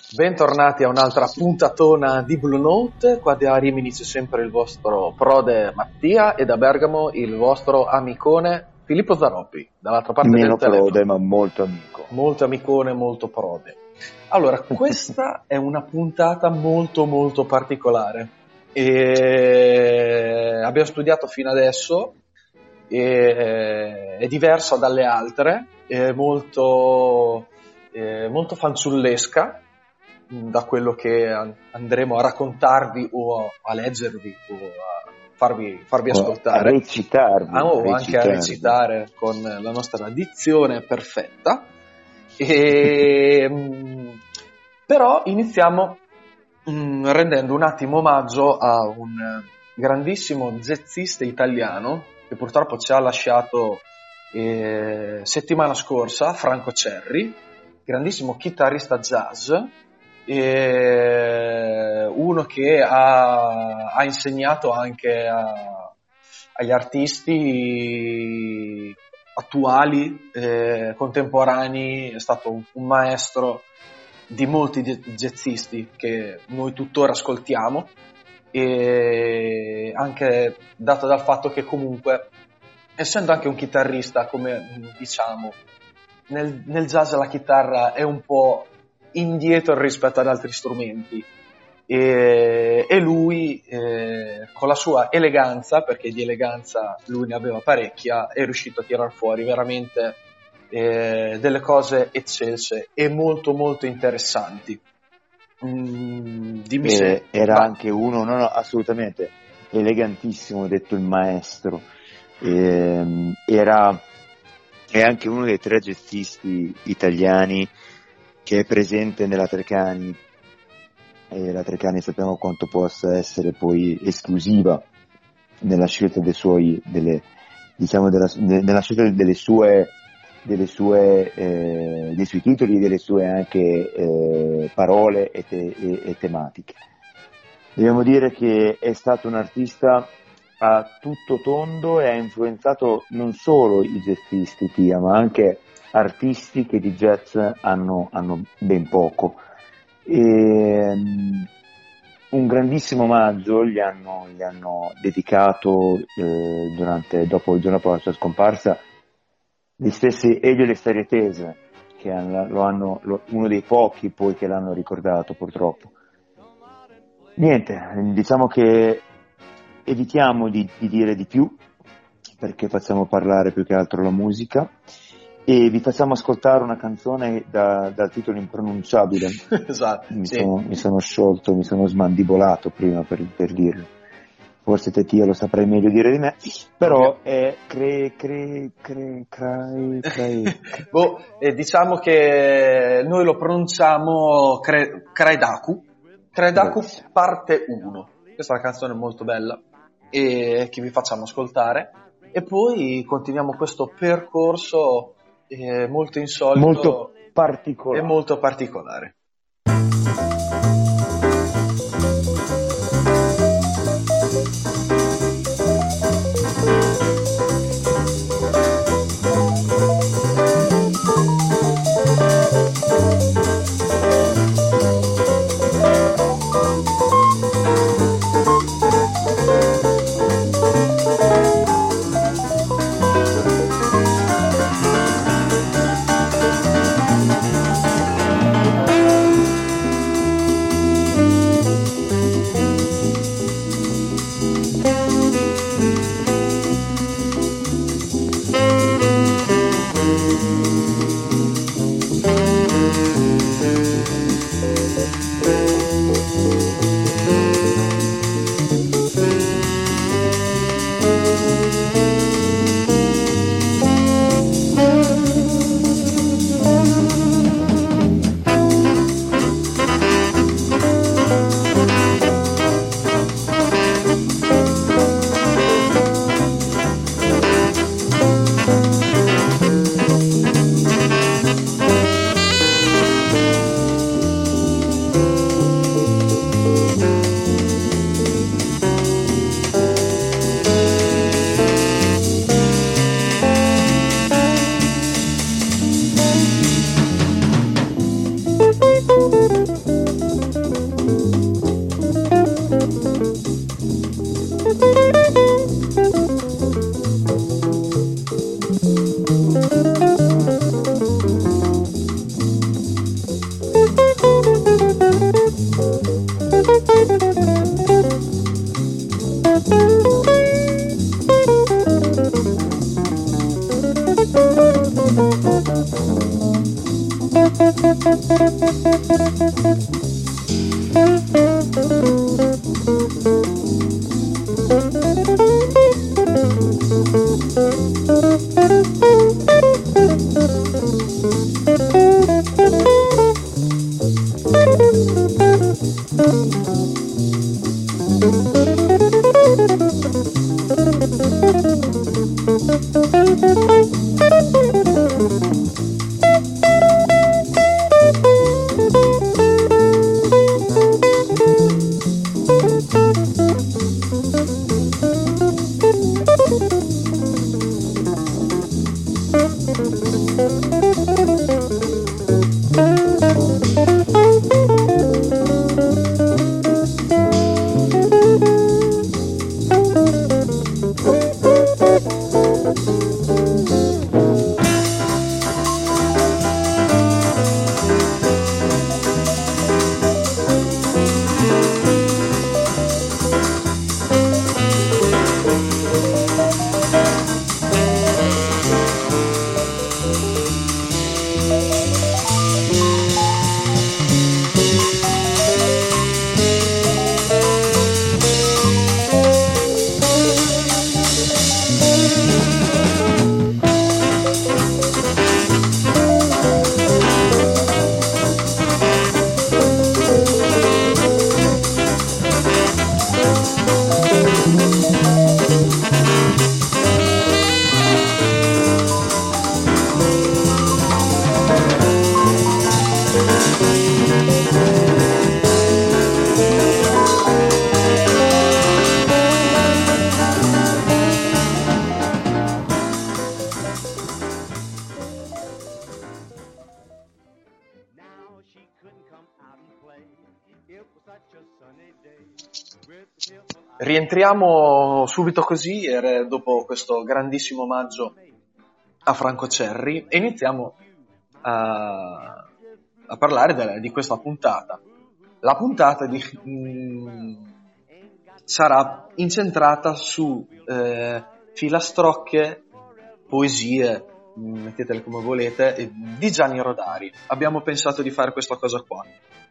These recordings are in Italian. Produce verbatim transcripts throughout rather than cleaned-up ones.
Bentornati a un'altra puntatona di Blue Note. Qua da Rimini c'è sempre il vostro prode Mattia e da Bergamo il vostro amicone Filippo Zaroppi, dall'altra parte Meno del telefono. prode, ma molto amico. Molto amicone, molto prode. Allora, questa è una puntata molto molto particolare. E abbiamo studiato fino adesso, e è diversa dalle altre, è molto, è molto fanciullesca da quello che andremo a raccontarvi o a leggervi o a farvi, farvi ascoltare, a recitarvi, ah, o recitarvi. anche a recitare con la nostra dizione perfetta. E, però iniziamo mh, rendendo un attimo omaggio a un grandissimo jazzista italiano che purtroppo ci ha lasciato eh, settimana scorsa, Franco Cerri, grandissimo chitarrista jazz, eh, uno che ha, ha insegnato anche a, agli artisti attuali, eh, contemporanei, è stato un, un maestro di molti jazzisti che noi tuttora ascoltiamo, e anche dato dal fatto che comunque, essendo anche un chitarrista, come diciamo, nel, nel jazz la chitarra è un po' indietro rispetto ad altri strumenti, e, e lui eh, con la sua eleganza, perché di eleganza lui ne aveva parecchia, è riuscito a tirar fuori veramente eh, delle cose eccelse e molto molto interessanti. Mm, dimmi se eh, era va. Anche uno, no, no, assolutamente elegantissimo, detto il maestro. Eh, era è anche uno dei tre jazzisti italiani che è presente nella Treccani, e la Treccani sappiamo quanto possa essere poi esclusiva nella scelta dei suoi, delle, diciamo della, nella scelta delle sue, delle sue, eh, dei suoi titoli e delle sue anche eh, parole e, te, e, e tematiche. Dobbiamo dire che è stato un artista a tutto tondo e ha influenzato non solo i jazzisti, Tia, ma anche artisti che di jazz hanno, hanno ben poco. E, um, un grandissimo omaggio gli hanno, gli hanno dedicato eh, durante, dopo il giorno dopo la sua scomparsa gli stessi Elio e le Storie Tese, che hanno, lo hanno, lo, uno dei pochi poi che l'hanno ricordato purtroppo. Niente, diciamo che evitiamo di, di dire di più, perché facciamo parlare più che altro la musica, e vi facciamo ascoltare una canzone da, dal titolo impronunciabile. Esatto, mi, sì. sono, mi sono sciolto, mi sono smandibolato prima per, per dirlo. Forse te, Tia, lo saprai meglio dire di me, però okay. È cre cre cre cre cre boh, eh, diciamo che noi lo pronunciamo cre, Credaku Credaku parte uno. Questa è una canzone molto bella e che vi facciamo ascoltare, e poi continuiamo questo percorso eh, molto insolito, molto particolare e molto particolare. Rientriamo subito così dopo questo grandissimo omaggio a Franco Cerri e iniziamo a, a parlare de, di questa puntata. La puntata di, mh, sarà incentrata su eh, filastrocche, poesie, mettetele come volete, di Gianni Rodari. Abbiamo pensato di fare questa cosa qua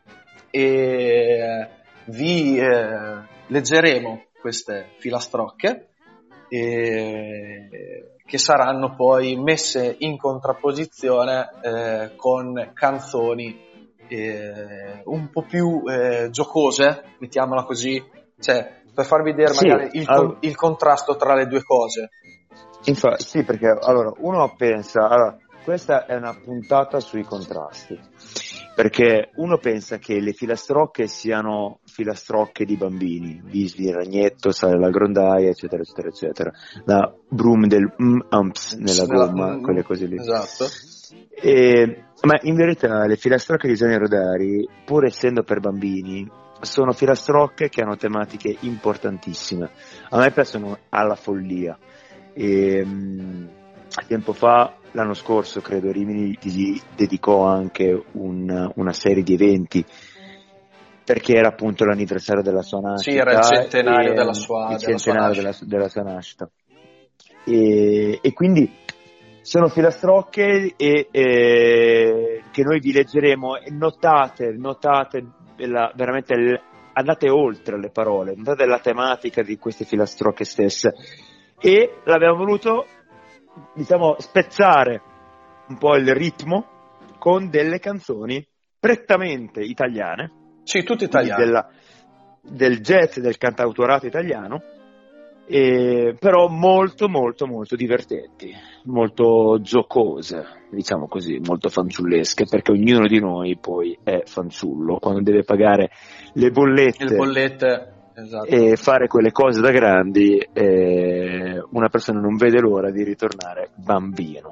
e vi eh, leggeremo queste filastrocche eh, che saranno poi messe in contrapposizione eh, con canzoni eh, un po' più eh, giocose, mettiamola così, cioè per farvi vedere sì, magari il, allora, il contrasto tra le due cose. Infatti, sì, perché allora uno pensa, allora, questa è una puntata sui contrasti, perché uno pensa che le filastrocche siano filastrocche di bambini, Visvi, Ragnetto, Sale la grondaia, eccetera, eccetera, eccetera, la broom del mm, umps nella gomma, mm, quelle cose lì. Esatto. E, ma in verità le filastrocche di Gianni Rodari, pur essendo per bambini, sono filastrocche che hanno tematiche importantissime. A me piacciono alla follia. E, um, tempo fa, l'anno scorso credo, Rimini gli dedicò anche un, una serie di eventi perché era appunto l'anniversario della sua nascita. Sì, era il centenario e, della sua, il della centenario sua della, della sua nascita e, e quindi sono filastrocche e, e, che noi vi leggeremo e notate, notate la, veramente l, andate oltre le parole, notate la tematica di queste filastrocche stesse e l'abbiamo voluto, diciamo, spezzare un po' il ritmo con delle canzoni prettamente italiane. Sì, tutte italiane. Della, del jazz, del cantautorato italiano, e, però molto molto molto divertenti, molto giocose, diciamo così, molto fanciullesche, perché ognuno di noi poi è fanciullo quando deve pagare le bollette, le bollette. Esatto. E fare quelle cose da grandi, eh, una persona non vede l'ora di ritornare bambino.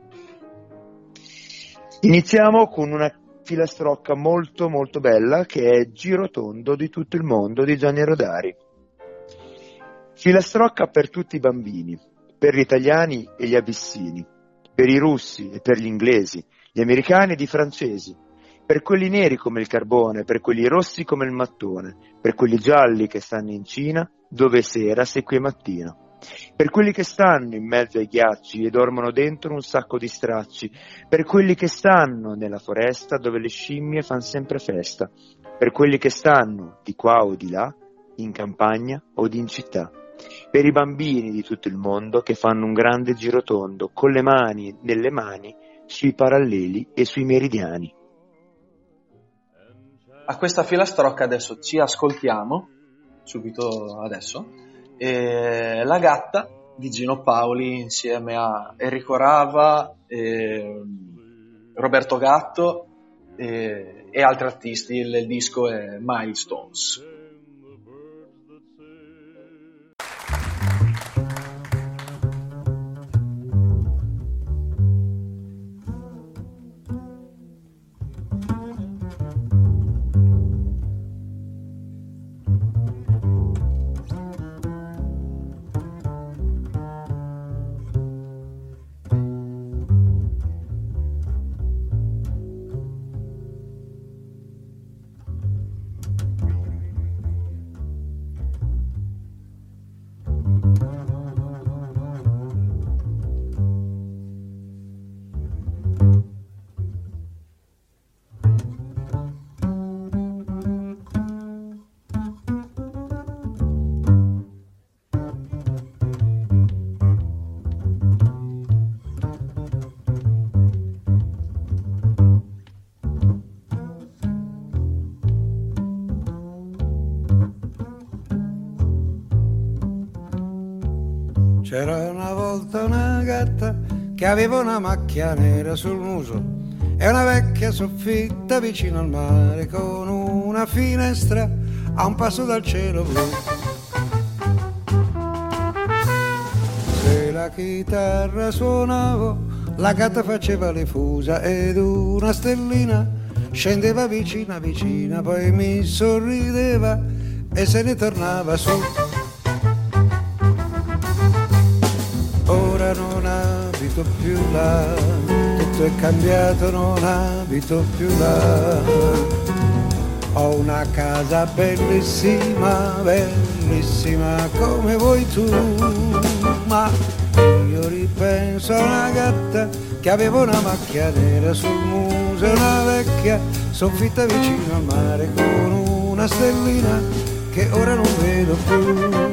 Iniziamo con una filastrocca molto molto bella che è Girotondo di tutto il mondo di Gianni Rodari. Filastrocca per tutti i bambini, per gli italiani e gli abissini, per i russi e per gli inglesi, gli americani ed i francesi, per quelli neri come il carbone, per quelli rossi come il mattone, per quelli gialli che stanno in Cina, dove sera se qui è mattino. per quelli che stanno in mezzo ai ghiacci e dormono dentro un sacco di stracci, per quelli che stanno nella foresta dove le scimmie fan sempre festa, per quelli che stanno di qua o di là, in campagna o in città, per i bambini di tutto il mondo che fanno un grande girotondo con le mani nelle mani sui paralleli e sui meridiani. A questa filastrocca adesso ci ascoltiamo, subito adesso, e La gatta di Gino Paoli insieme a Enrico Rava, e Roberto Gatto e, e altri artisti. Il, il disco è Milestones. C'era una volta una gatta che aveva una macchia nera sul muso e una vecchia soffitta vicino al mare con una finestra a un passo dal cielo blu. Se la chitarra suonavo, la gatta faceva le fusa ed una stellina scendeva vicina vicina, poi mi sorrideva e se ne tornava su. Ora non abito più là, tutto è cambiato, non abito più là. Ho una casa bellissima, bellissima come vuoi tu, ma io ripenso a una gatta che aveva una macchia nera sul muso e una vecchia soffitta vicino al mare con una stellina che ora non vedo più.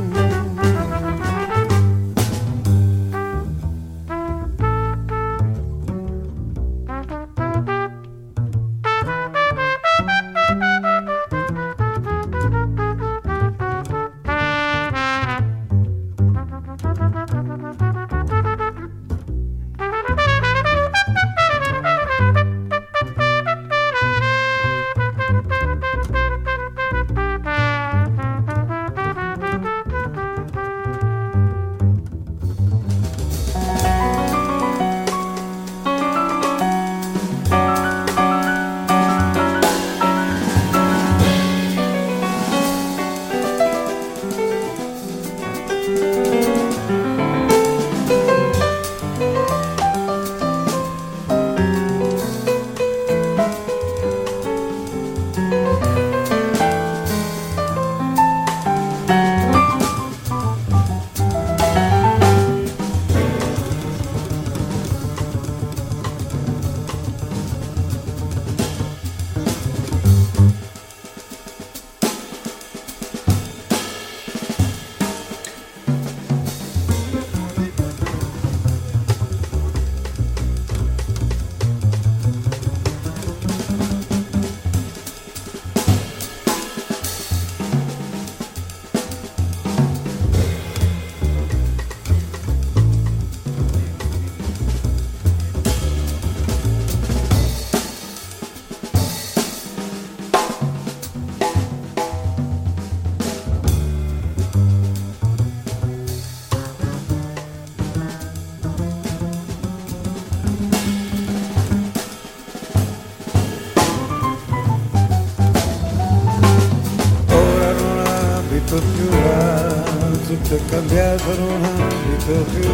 Più là, tutto è cambiato, non abito più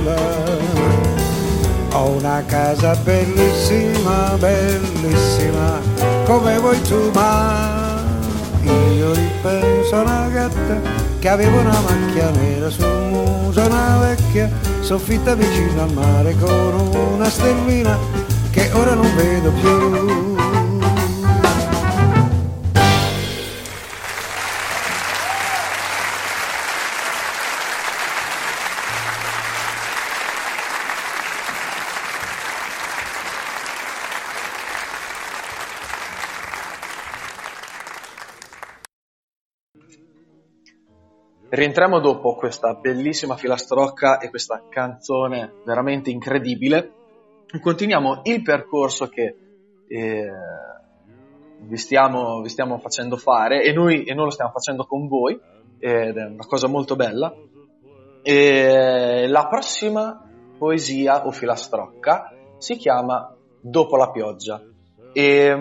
là. Ho una casa bellissima, bellissima, come vuoi tu, ma io ripenso a una gatta che aveva una macchia nera sul muso, una vecchia soffitta vicino al mare con una stellina che ora non vedo più. Rientriamo dopo questa bellissima filastrocca e questa canzone veramente incredibile. Continuiamo il percorso che eh, vi, stiamo, vi stiamo facendo fare e noi, e noi lo stiamo facendo con voi, ed è una cosa molto bella. E la prossima poesia o filastrocca si chiama Dopo la pioggia e,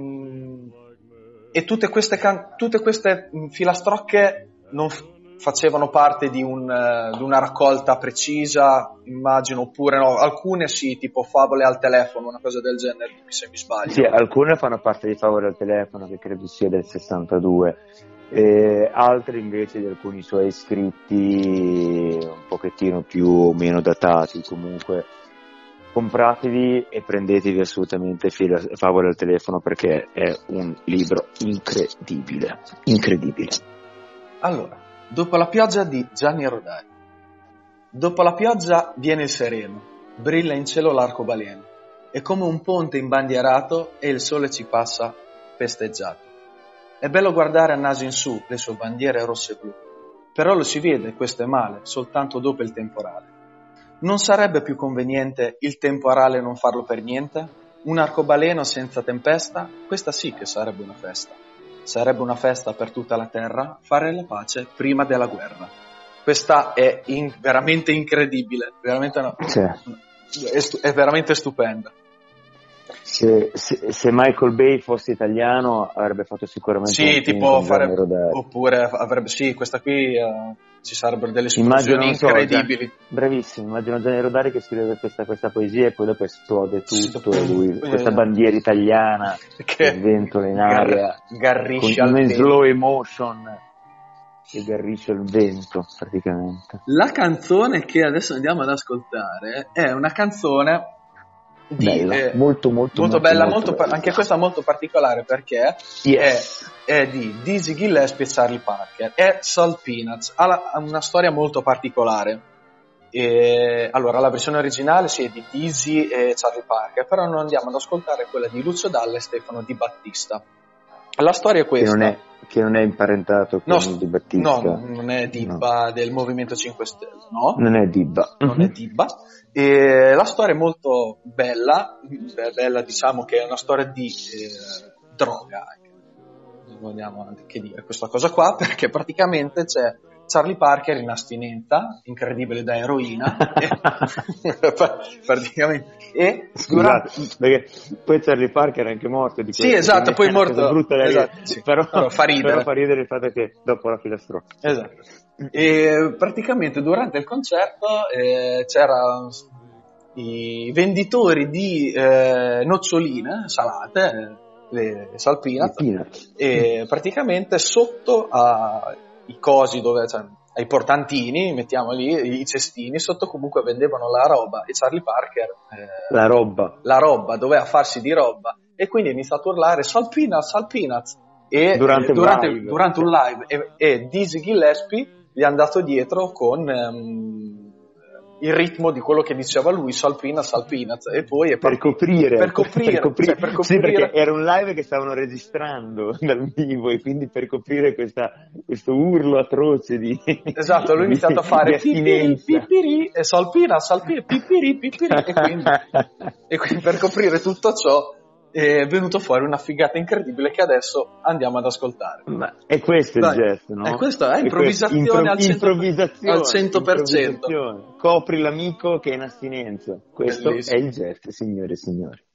e tutte queste, can- tutte queste filastrocche non f- facevano parte di, un, uh, di una raccolta precisa, immagino, oppure no, alcune sì, tipo Favole al telefono, una cosa del genere, se mi sbaglio. Sì, alcune fanno parte di Favole al telefono, che credo sia del sessantadue, e altre invece di alcuni suoi scritti un pochettino più o meno datati. Comunque compratevi e prendetevi assolutamente Favole al telefono, perché è un libro incredibile, incredibile. Allora, Dopo la pioggia di Gianni Rodari. Dopo la pioggia viene il sereno, brilla in cielo l'arcobaleno, è come un ponte imbandierato e il sole ci passa festeggiato. È bello guardare a naso in su le sue bandiere rosse e blu, però lo si vede, questo è male, soltanto dopo il temporale. Non sarebbe più conveniente il temporale non farlo per niente? Un arcobaleno senza tempesta? Questa sì che sarebbe una festa. Sarebbe una festa per tutta la terra fare la pace prima della guerra. Questa è in, veramente incredibile, veramente una, sì. è, stu, è veramente stupenda. Se, se, se Michael Bay fosse italiano avrebbe fatto sicuramente sì, un tipo fare, oppure avrebbe sì, questa qui uh, ci sarebbero delle esplosioni immagino, incredibili. So, bravissimo, immagino Gianni Rodari che scrive questa, questa poesia e poi dopo esplode tutto, sì, lui, questa bandiera italiana che ventola in aria, garrisce con al in vento. slow emotion che garrisce il vento praticamente. La canzone che adesso andiamo ad ascoltare è una canzone Di, bella, eh, molto, molto, molto, molto bella, molto molto, bella. Anche questa molto particolare perché yes. è, è di Dizzy Gillespie e Charlie Parker. È Salt Peanuts, ha, la, ha una storia molto particolare. E, allora, la versione originale sì, è di Dizzy e Charlie Parker, però noi andiamo ad ascoltare quella di Lucio Dalla e Stefano Di Battista. La storia è questa. Che non è, che non è imparentato con no, Di Battista. No, non è Dibba no. del Movimento cinque Stelle, no? Non è Dibba. Non è Dibba. E la storia è molto bella, bella diciamo che è una storia di eh, droga, non vogliamo anche dire questa cosa qua, perché praticamente c'è Charlie Parker in astinenza, incredibile da eroina, e, praticamente, e durante... Scusate, perché poi Charlie Parker è anche morto di questo. Sì, esatto, poi è morto, brutta esatto, sì. però, però, fa ridere. però fa ridere il fatto che dopo la filastrocca. Esatto. E praticamente durante il concerto eh, c'erano i venditori di eh, noccioline salate, le Salt Peanuts, e praticamente sotto ai cosi dove, cioè, ai portantini, mettiamo lì i cestini, sotto comunque vendevano la roba e Charlie Parker eh, la roba la roba doveva farsi di roba e quindi ha iniziato a urlare Salt Peanuts, Salt Peanuts e durante, eh, durante, live. durante un live e, e Dizzy Gillespie gli è andato dietro con um, il ritmo di quello che diceva lui, Salpina, Salpina, e poi è per coprire, per coprire, per coprire. Cioè, per coprire. Sì, perché era un live che stavano registrando dal vivo e quindi per coprire questa, questo urlo atroce di esatto, lui ha iniziato a fare pipiri, pipiri, e Salpina, Salpina, pipiri, pipiri, e quindi, e quindi per coprire tutto ciò è venuto fuori una figata incredibile che adesso andiamo ad ascoltare. Ma è questo Dai, il gesto, no? È questo, è improvvisazione, impro- al, cento, improvvisazione al cento per cento. Copri l'amico che è in astinenza. Questo Bellissimo. È il gesto, signore e signori.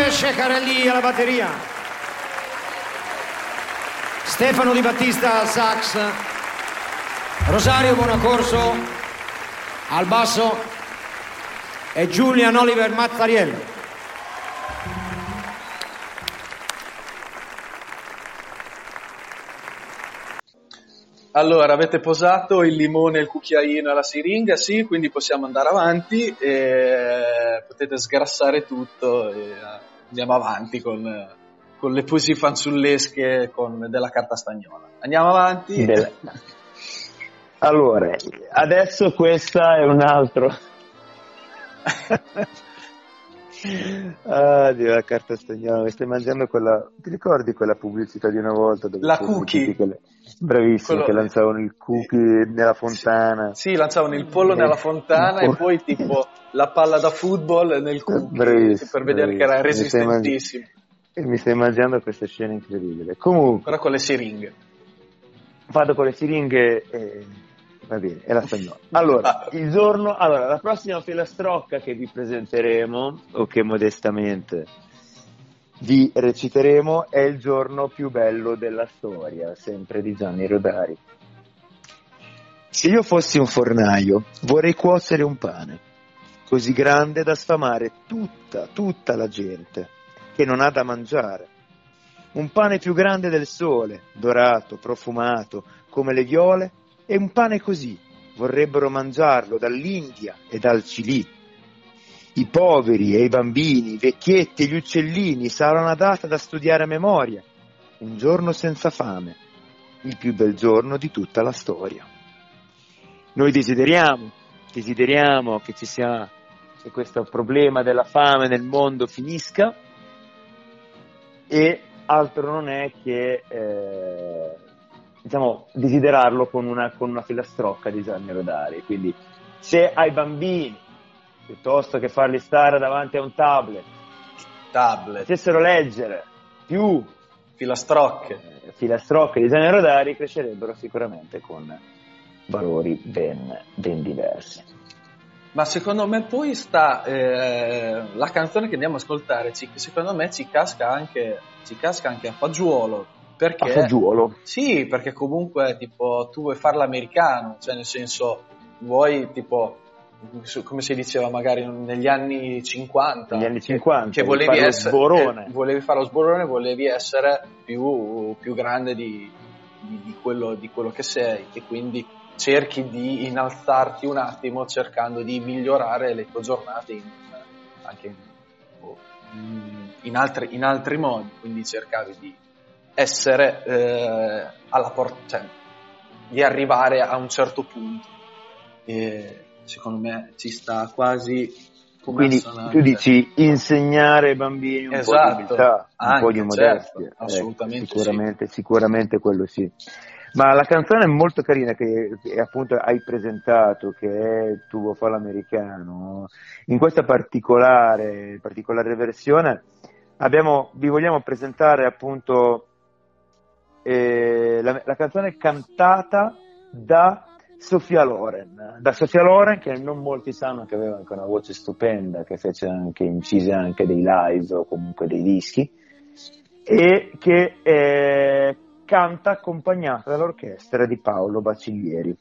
Ceccarelli alla batteria, Stefano Di Battista al sax, Rosario Buonacorso al basso e Julian Oliver Mazzariello. Allora, avete posato il limone, il cucchiaino e la siringa, sì, quindi possiamo andare avanti e potete sgrassare tutto e andiamo avanti con, con le poesie fanciullesche con della carta stagnola. Andiamo avanti. Del... Allora, adesso questa è un altro. Ah, Dio, la carta stagnola, mi stai mangiando quella, ti ricordi quella pubblicità di una volta dove la cookie che le... bravissimo, quello... che lanciavano il cookie nella fontana, sì, sì, lanciavano il pollo nella fontana e poi tipo la palla da football nel cookie per vedere che era resistentissimo. E mi stai mangiando questa scena incredibile. Comunque però con le siringhe vado con le siringhe e... va bene, è la stagnola. Allora, il giorno, allora, la prossima filastrocca che vi presenteremo, o che modestamente vi reciteremo, è Il giorno più bello della storia, sempre di Gianni Rodari. Se io fossi un fornaio, vorrei cuocere un pane, così grande da sfamare tutta, tutta la gente, che non ha da mangiare. Un pane più grande del sole, dorato, profumato, come le viole, e un pane così vorrebbero mangiarlo dall'India e dal Cili. I poveri e i bambini, i vecchietti e gli uccellini sarà una data da studiare a memoria. Un giorno senza fame, il più bel giorno di tutta la storia. Noi desideriamo, desideriamo che ci sia, che questo problema della fame nel mondo finisca, e altro non è che eh, diciamo desiderarlo con una, con una filastrocca di Gianni Rodari. Quindi se ai bambini, piuttosto che farli stare davanti a un tablet, tablet. facessero leggere più filastrocche eh, filastrocche di Gianni Rodari, crescerebbero sicuramente con valori ben, ben diversi. Ma secondo me poi sta eh, la canzone che andiamo a ascoltare, ci, secondo me ci casca anche ci casca anche a fagiolo, perché a fagiolo? Sì, perché comunque tipo tu vuoi farlo americano, cioè nel senso vuoi tipo come si diceva magari negli anni cinquanta, negli anni cinquanta che volevi fare essere lo sborone. Eh, volevi fare lo sborone, volevi essere più, più grande di, di, di, quello, di quello che sei, e quindi cerchi di innalzarti un attimo cercando di migliorare le tue giornate in, anche in, in, altri, in altri modi, quindi cercavi di essere eh, alla porta, cioè di arrivare a un certo punto, e secondo me ci sta quasi come quindi assonante. Tu dici insegnare ai bambini un esatto, po' di umiltà, un anche, po' di modestia, certo, assolutamente, eh, sicuramente, sì. sicuramente quello sì. Ma la canzone è molto carina che, che appunto hai presentato, che è Tu vuoi fare l'americano. In questa particolare, particolare versione abbiamo, vi vogliamo presentare appunto eh, la, la canzone cantata da Sophia Loren, da Sophia Loren, che non molti sanno che aveva anche una voce stupenda, che fece anche, incise anche dei live o comunque dei dischi, e che eh, canta accompagnata dall'orchestra di Paolo Baciglieri.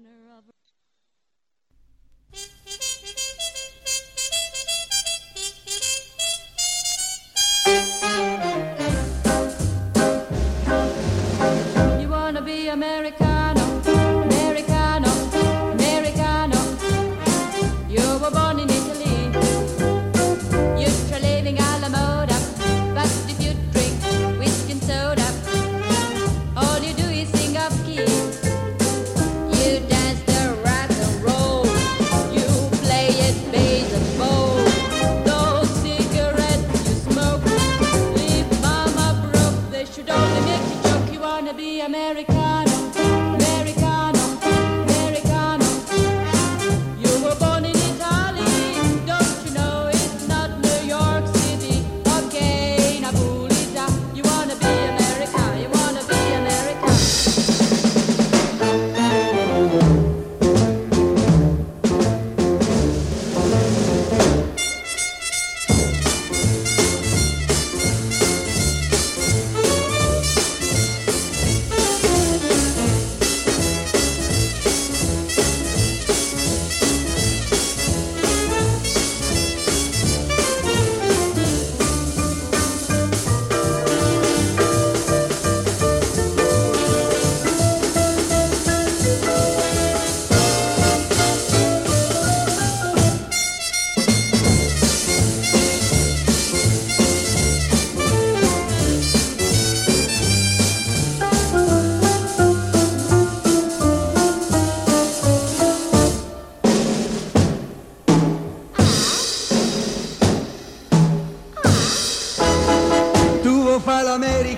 You wanna be Americano, Americano, Americano. You were born in Italy, used to living alla moda, but if you drink whiskey and soda, all you do is sing off key. You dance the rock and roll, you play it baseball. Those cigarettes you smoke, leave mama broke. They should only make you joke. You wanna be Americano, Americano, Americano. You were born in Italy, don't you know it's not New York City? Okay, Napolita. You wanna be America, you wanna be America.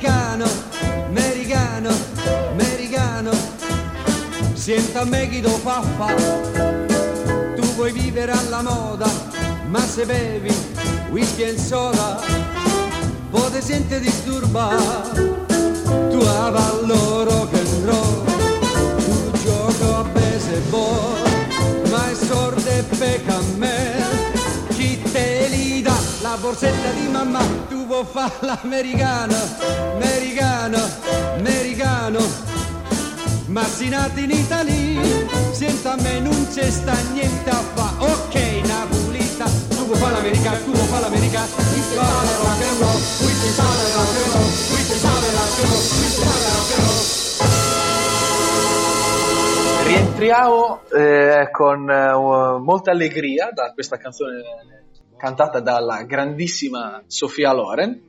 americano, americano, americano. Senta me chi lo fa fa. Tu vuoi vivere alla moda, ma se bevi whisky e soda, poi ti senti disturbare. Tu avallo rock and roll, tu gioco a baseball, ma è sordo e pecca a me. Chi te li dà la borsetta di mamma? Tu vuoi fare l'americano, americano, americano. Ma si nati in Italia, senta a me non c'è sta niente a fa. Ok, Napolita, tu vuoi fare l'americano, tu vuoi fare l'americano. Qui si parla rock and roll, qui si parla rock and roll, qui si parla rock and roll, qui si parla rock and roll. Rientriamo eh, con uh, molta allegria da questa canzone cantata dalla grandissima Sofia Loren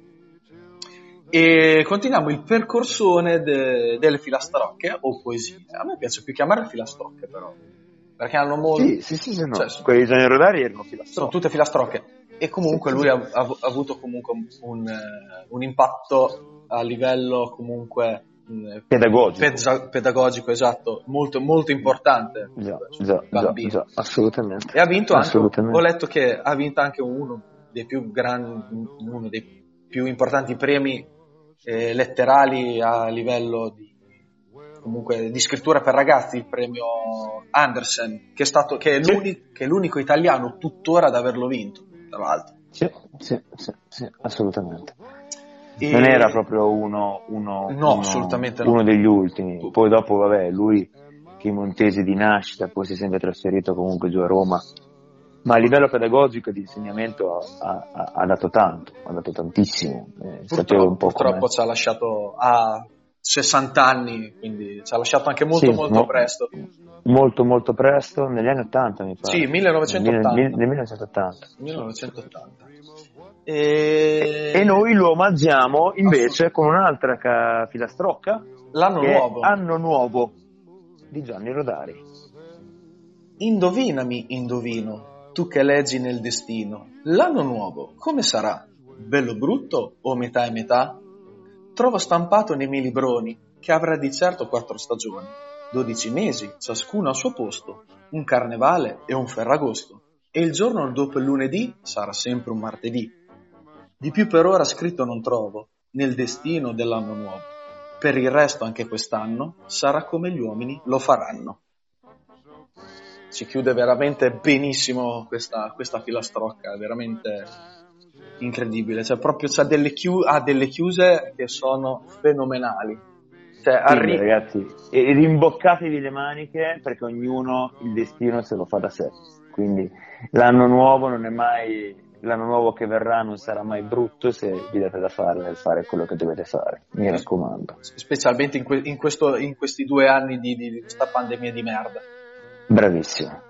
e continuiamo il percorsone de- delle filastrocche o poesie. A me piace più chiamarle filastrocche, però, perché hanno molto... Sì, sì, sì, sì, no. Cioè, quelli di Gianni Rodari erano filastrocche. sono tutte filastrocche e comunque lui ha, ha, ha avuto comunque un, un impatto a livello comunque pedagogico, pezza, pedagogico esatto, molto molto importante. Già, già, già, già, assolutamente. E ha vinto anche, assolutamente. ho letto che ha vinto anche uno dei più grandi, uno dei più importanti premi eh, letterali a livello di comunque di scrittura per ragazzi, il premio Andersen, che è stato che è, sì. l'unico, che è l'unico italiano tuttora ad averlo vinto, tra l'altro. Sì, sì, sì, sì, assolutamente. E... non era proprio uno, uno, no, uno, assolutamente no. uno degli ultimi. Poi dopo, vabbè, lui piemontese di nascita, poi si è sempre trasferito comunque giù a Roma, ma a livello pedagogico e di insegnamento ha, ha, ha dato tanto, ha dato tantissimo. Eh, purtroppo un po' purtroppo ci ha lasciato a sessanta anni, quindi ci ha lasciato anche molto sì, molto mo- presto. Molto molto presto, negli anni ottanta mi pare. Sì, millenovecentottanta. Nel, nel millenovecentottanta. millenovecentottanta. E... e noi lo omaggiamo invece con un'altra ca- filastrocca, l'anno che nuovo. È Anno Nuovo di Gianni Rodari. Indovinami, indovino, tu che leggi nel destino, l'anno nuovo come sarà? Bello brutto o metà e metà? Trovo stampato nei miei libroni che avrà di certo quattro stagioni, dodici mesi, ciascuno al suo posto, un carnevale e un ferragosto, e il giorno dopo il lunedì sarà sempre un martedì. Di più per ora scritto non trovo nel destino dell'anno nuovo. Per il resto anche quest'anno sarà come gli uomini lo faranno. Si chiude veramente benissimo questa, questa filastrocca, veramente incredibile. Cioè proprio c'ha delle, chiu- ha delle chiuse che sono fenomenali. Cioè, Quindi, arri- ragazzi, e rimboccatevi le maniche perché ognuno il destino se lo fa da sé. Quindi l'anno nuovo non è mai... l'anno nuovo che verrà non sarà mai brutto se vi date da fare nel fare quello che dovete fare, mi raccomando. Specialmente in, que- in, questo, in questi due anni di, di, di questa pandemia di merda. Bravissimo.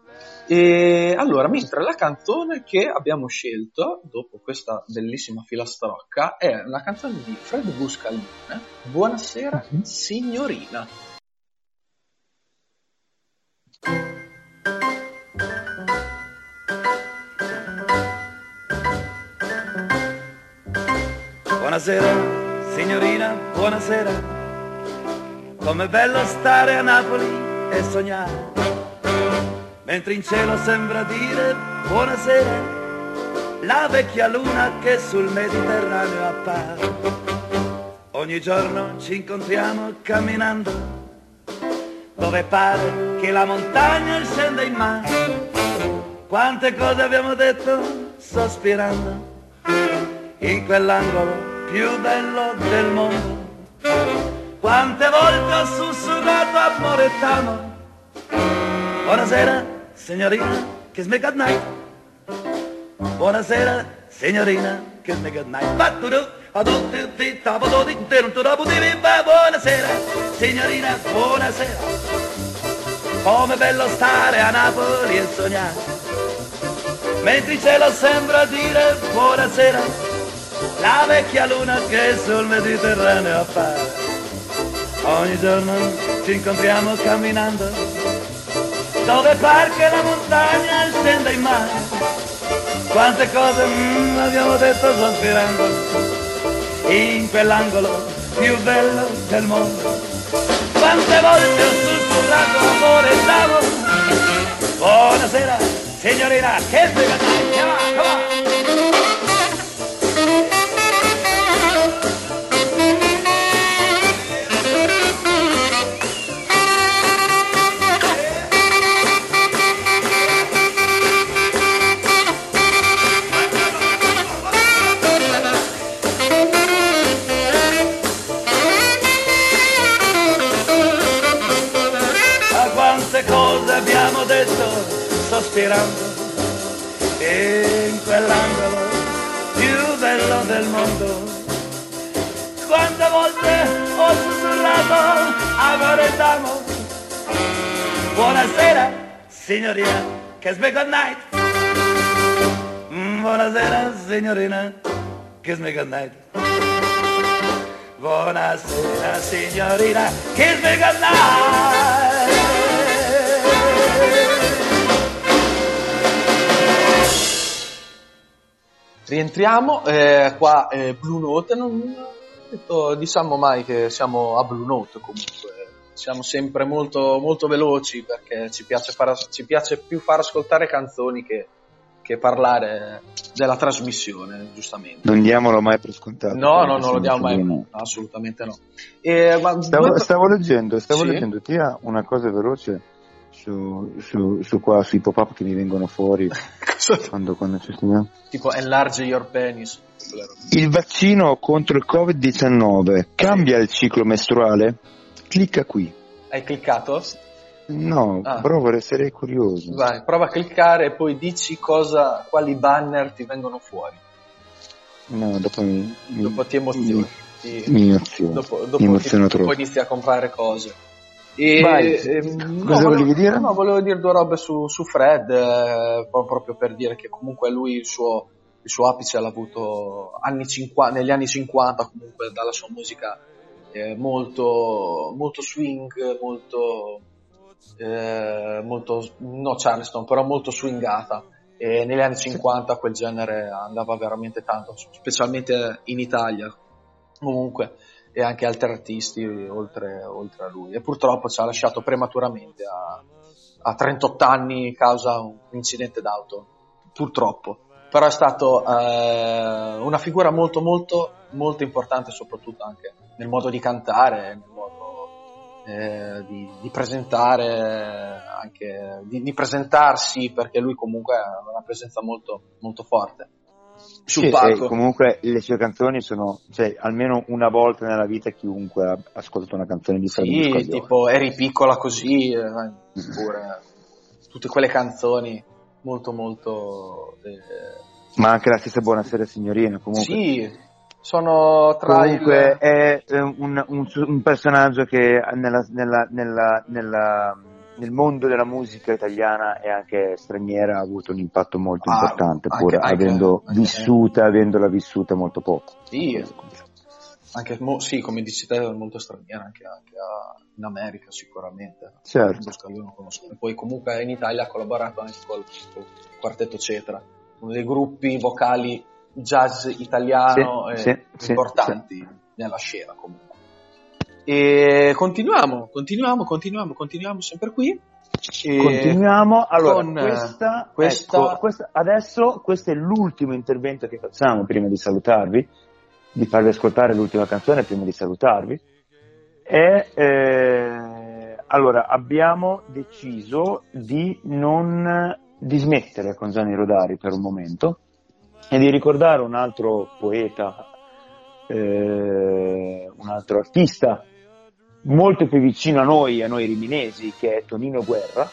E allora, mentre la canzone che abbiamo scelto dopo questa bellissima filastrocca è la canzone di Fred Buscaldone, Buonasera uh-huh. signorina. Buonasera, signorina, buonasera. Com'è bello stare a Napoli e sognare, mentre in cielo sembra dire buonasera la vecchia luna che sul Mediterraneo appare. Ogni giorno ci incontriamo camminando, dove pare che la montagna scenda in mare. Quante cose abbiamo detto sospirando in quell'angolo più bello del mondo. Quante volte ho sussurrato amorettamo, buonasera signorina, kiss me good night. Buonasera signorina, kiss me good night. Buonasera signorina, buonasera. Com'è bello stare a Napoli e sognare, mentre il cielo sembra dire buonasera la vecchia luna che sul Mediterraneo appare. Ogni giorno ci incontriamo camminando, dove par che la montagna scenda in mare. Quante cose mm, abbiamo detto sospirando in quell'angolo più bello del mondo. Quante volte ho sussurrato amore e d'amore. Buonasera signorina, che sveglia, come on, come on. Abbiamo detto sospirando in quell'angolo più bello del mondo. Quante volte ho sussurrato amore d'amore. Buonasera signorina, kiss me good night. Mm, buonasera signorina, kiss me good night. Buonasera signorina, kiss me good night. Rientriamo, eh, qua eh, Blue Note, non detto, diciamo mai che siamo a Blue Note comunque, siamo sempre molto, molto veloci perché ci piace, far, ci piace più far ascoltare canzoni che, che parlare della trasmissione, giustamente. Non diamolo mai per scontato. No, no, non lo diamo mai, no, assolutamente no. E, ma stavo, due... stavo leggendo, stavo sì? leggendo, Tia, una cosa veloce su, su, su qua, sui pop-up che mi vengono fuori quando, quando ci stiamo. Tipo enlarge your penis. Il vaccino contro il covid diciannove cambia il ciclo mestruale? Clicca qui. Hai cliccato? No, ah. però vorrei essere curioso. Vai, prova a cliccare e poi dici cosa, quali banner ti vengono fuori. No, dopo mi, dopo ti emozioni. Ti, mi emoziono. Dopo, dopo mi emoziono ti, troppo. poi inizi a comprare cose. E, Vai, ehm, cosa no, volevi dire? No, volevo dire due robe su, su Fred, eh, proprio per dire che comunque lui il suo, il suo apice l'ha avuto anni cinquanta, negli anni cinquanta, comunque dalla sua musica eh, molto, molto swing, molto, eh, molto, no Charleston, però molto swingata. E negli anni cinquanta quel genere andava veramente tanto, specialmente in Italia. Comunque, e anche altri artisti oltre, oltre a lui, e purtroppo ci ha lasciato prematuramente a, a trentotto anni causa un incidente d'auto, purtroppo, però è stato eh, una figura molto molto molto importante, soprattutto anche nel modo di cantare, nel modo eh, di, di presentare, anche di, di presentarsi, perché lui comunque ha una presenza molto molto forte sul sì, palco. Comunque le sue canzoni sono, cioè, almeno una volta nella vita chiunque ha ascoltato una canzone di Fred Sì, Buscaglione. tipo Eri piccola così, eh, pure tutte quelle canzoni molto molto eh... ma anche la stessa Buonasera signorina, comunque sì, sono tra comunque il... è un, un, un personaggio che nella, nella, nella, nella nel mondo della musica italiana e anche straniera ha avuto un impatto molto ah, importante, anche, pur anche, avendo anche, vissuta, anche. avendola vissuta molto poco. Sì, anche, mo, sì, come dici te, molto straniera, anche, anche a, in America sicuramente. Certo. Non conosco. E poi comunque in Italia ha collaborato anche col, col Quartetto Cetra, uno dei gruppi vocali jazz italiano sì, eh, sì, importanti sì. nella scena comunque. E continuiamo, continuiamo, continuiamo, continuiamo sempre qui. E continuiamo. Allora, con questa, questa... Ecco, questa, adesso questo è l'ultimo intervento che facciamo prima di salutarvi, di farvi ascoltare l'ultima canzone prima di salutarvi. E eh, allora abbiamo deciso di non dismettere con Gianni Rodari per un momento e di ricordare un altro poeta, eh, un altro artista molto più vicino a noi, a noi riminesi, che è Tonino Guerra,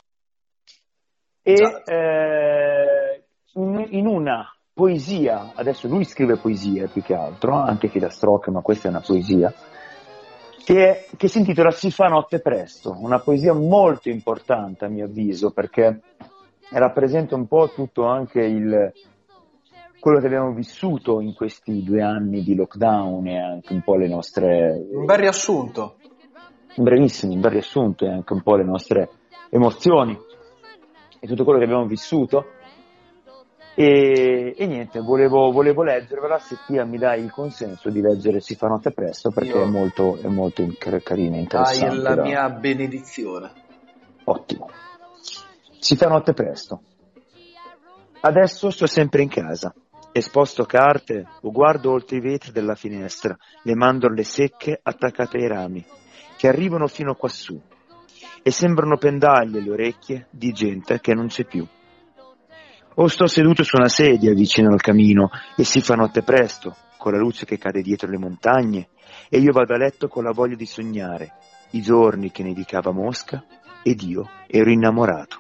e eh, in una poesia, adesso lui scrive poesie più che altro, anche filastrocche, ma questa è una poesia, che, è, che si intitola Si fa notte presto, una poesia molto importante a mio avviso, perché rappresenta un po' tutto anche il quello che abbiamo vissuto in questi due anni di lockdown e anche un po' le nostre... Un bel riassunto. Brevissimo, un bel riassunto e anche un po' le nostre emozioni e tutto quello che abbiamo vissuto. E, e niente, volevo, volevo leggervela, se Pia mi dai il consenso di leggere Si fa notte presto, perché Io- è molto, è molto inc- carina, interessante. Hai la da- mia benedizione. Ottimo. Si fa notte presto. Adesso sto sempre in casa, esposto carte o guardo oltre i vetri della finestra le mandorle secche attaccate ai rami, che arrivano fino quassù, e sembrano pendaglie le orecchie di gente che non c'è più. O sto seduto su una sedia vicino al camino e si fa notte presto, con la luce che cade dietro le montagne, e io vado a letto con la voglia di sognare i giorni che nevicava Mosca ed io ero innamorato.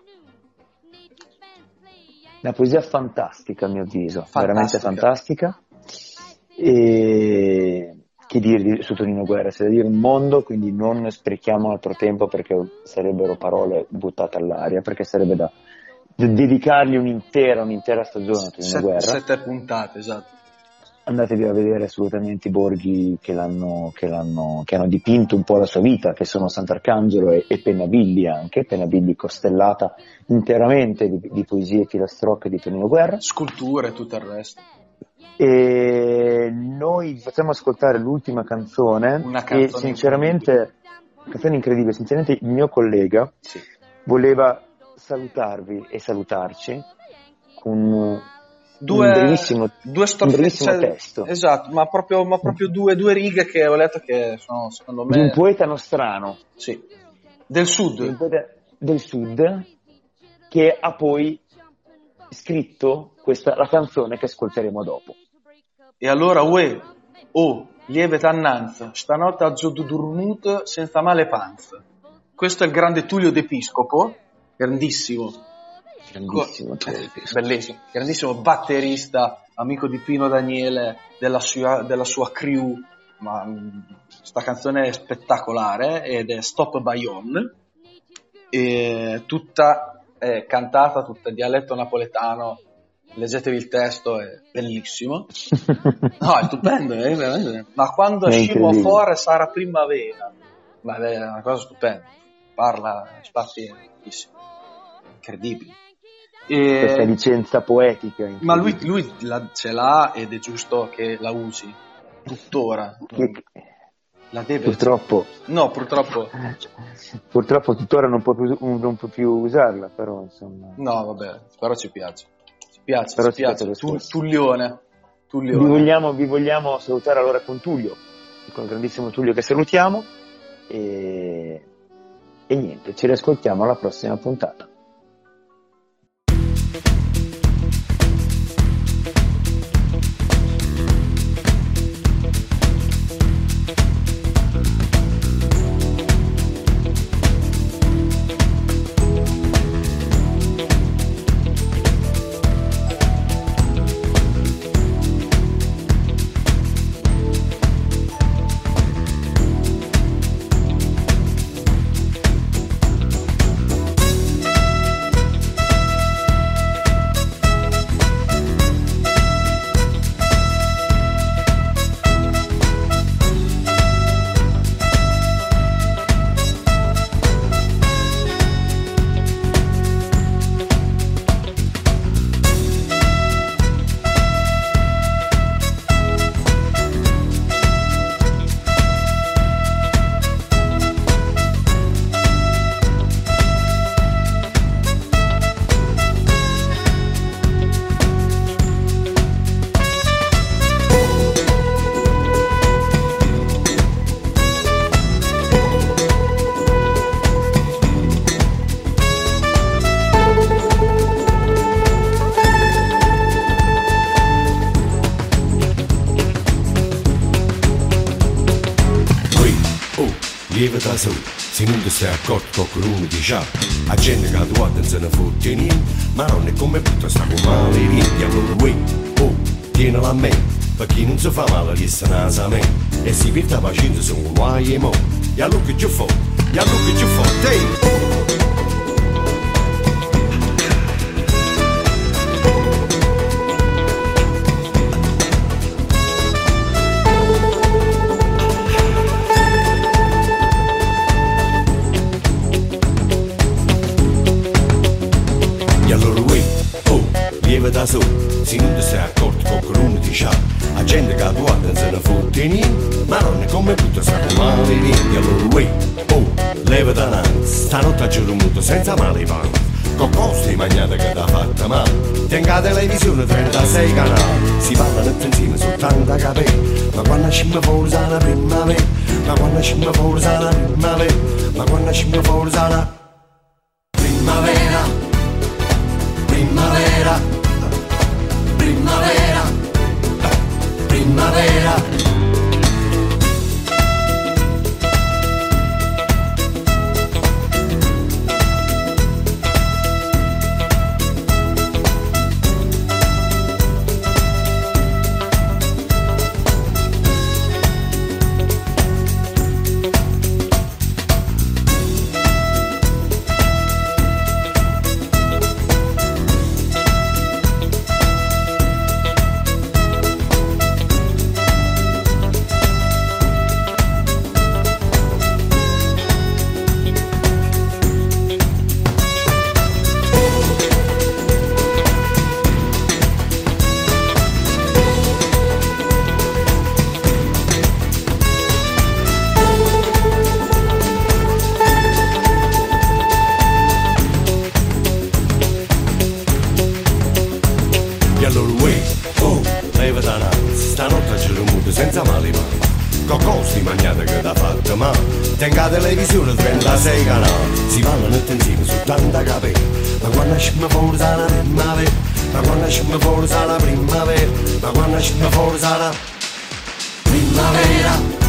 Una poesia fantastica, a mio avviso, Fantastica. veramente fantastica. E che dire su Tonino Guerra? C'è da dire un mondo, quindi non sprechiamo altro tempo, perché sarebbero parole buttate all'aria, perché sarebbe da de- dedicargli un'intera, un'intera stagione a Tonino Sette, Guerra. sette puntate, esatto. Andatevi a vedere assolutamente i borghi che l'hanno, che l'hanno, che hanno dipinto un po' la sua vita, che sono Sant'Arcangelo e, e Pennabilli anche, Pennabilli costellata interamente di, di poesie e filastrocche di Tonino Guerra. Sculture e tutto il resto. E noi vi facciamo ascoltare l'ultima canzone, Una canzone e sinceramente, canzone incredibile, sinceramente il mio collega Sì. voleva salutarvi e salutarci con Due, un brevissimo, due un stoffe- brevissimo cioè, testo Esatto, ma proprio, ma proprio due, due righe che ho letto che sono, secondo me... di un poeta nostrano, Sì. Del di un sud. poeta del sud, che ha poi scritto questa, la canzone che ascolteremo dopo. E allora, uè, oh, lieve tannanza, stanotte ha giù dormut senza male panza. Questo è il grande Tullio D'Episcopo, grandissimo. Grandissimo, Co- Tullio eh, D'Episcopo. bellissimo, grandissimo batterista, amico di Pino Daniele, della sua, della sua crew, ma mh, sta canzone è spettacolare ed è Stop Bayonne, e tutta è cantata, tutta in dialetto napoletano, leggetevi il testo, è bellissimo. No, è stupendo, è veramente- ma quando È scimo incredibile. fuori sarà primavera, ma è una cosa stupenda, parla, infatti è bellissimo, incredibile. E- Questa licenza poetica. ma lui, incredibile. lui la- ce l'ha ed è giusto che la usi tuttora. Che- La deve purtroppo, No, purtroppo. purtroppo tuttora non può, più, non può più usarla, però insomma. No, vabbè, però ci piace. Ci piace, Però ci ci piace. piace lo Tu, stesso. Tullione. Vi Tullione. vogliamo, vi vogliamo salutare allora con Tullio, con il grandissimo Tullio che salutiamo, e, e niente, ci riascoltiamo alla prossima puntata. Lieve da su, se non ti sei accorto qualcuno dice a gente che tu guarda se ne fotte niente, ma non è come tutto sta con male niente. Allora uè, oh, tienila a me, per chi non si fa male resta nasa a me, e si porta pazienza su un guai e mo, e allora che ci fa, e allora che ci fa, hey! Da su, muto, sta con male in India, allora uè, oh, leva dananza, stanotte a giuro muto, senza male pan, con costi magnate che t'ha fatta male, tenga televisione trentasei canali, si parlano insieme soltanto a capelli, ma quando scimma fuori sa la primavera, ma quando scimma fuori sa la primavera, ma quando scimma fuori sa la primavera, primavera, primavera, primavera. Senza male male, con costi magnate che t'ha fatta male, tenga televisione trentasei canali, si parlano insieme su tanta capelli, ma quando scimma fuori sa la primavera, ma quando scimma fuori sa la primavera, ma quando scimma fuori sa la primavera.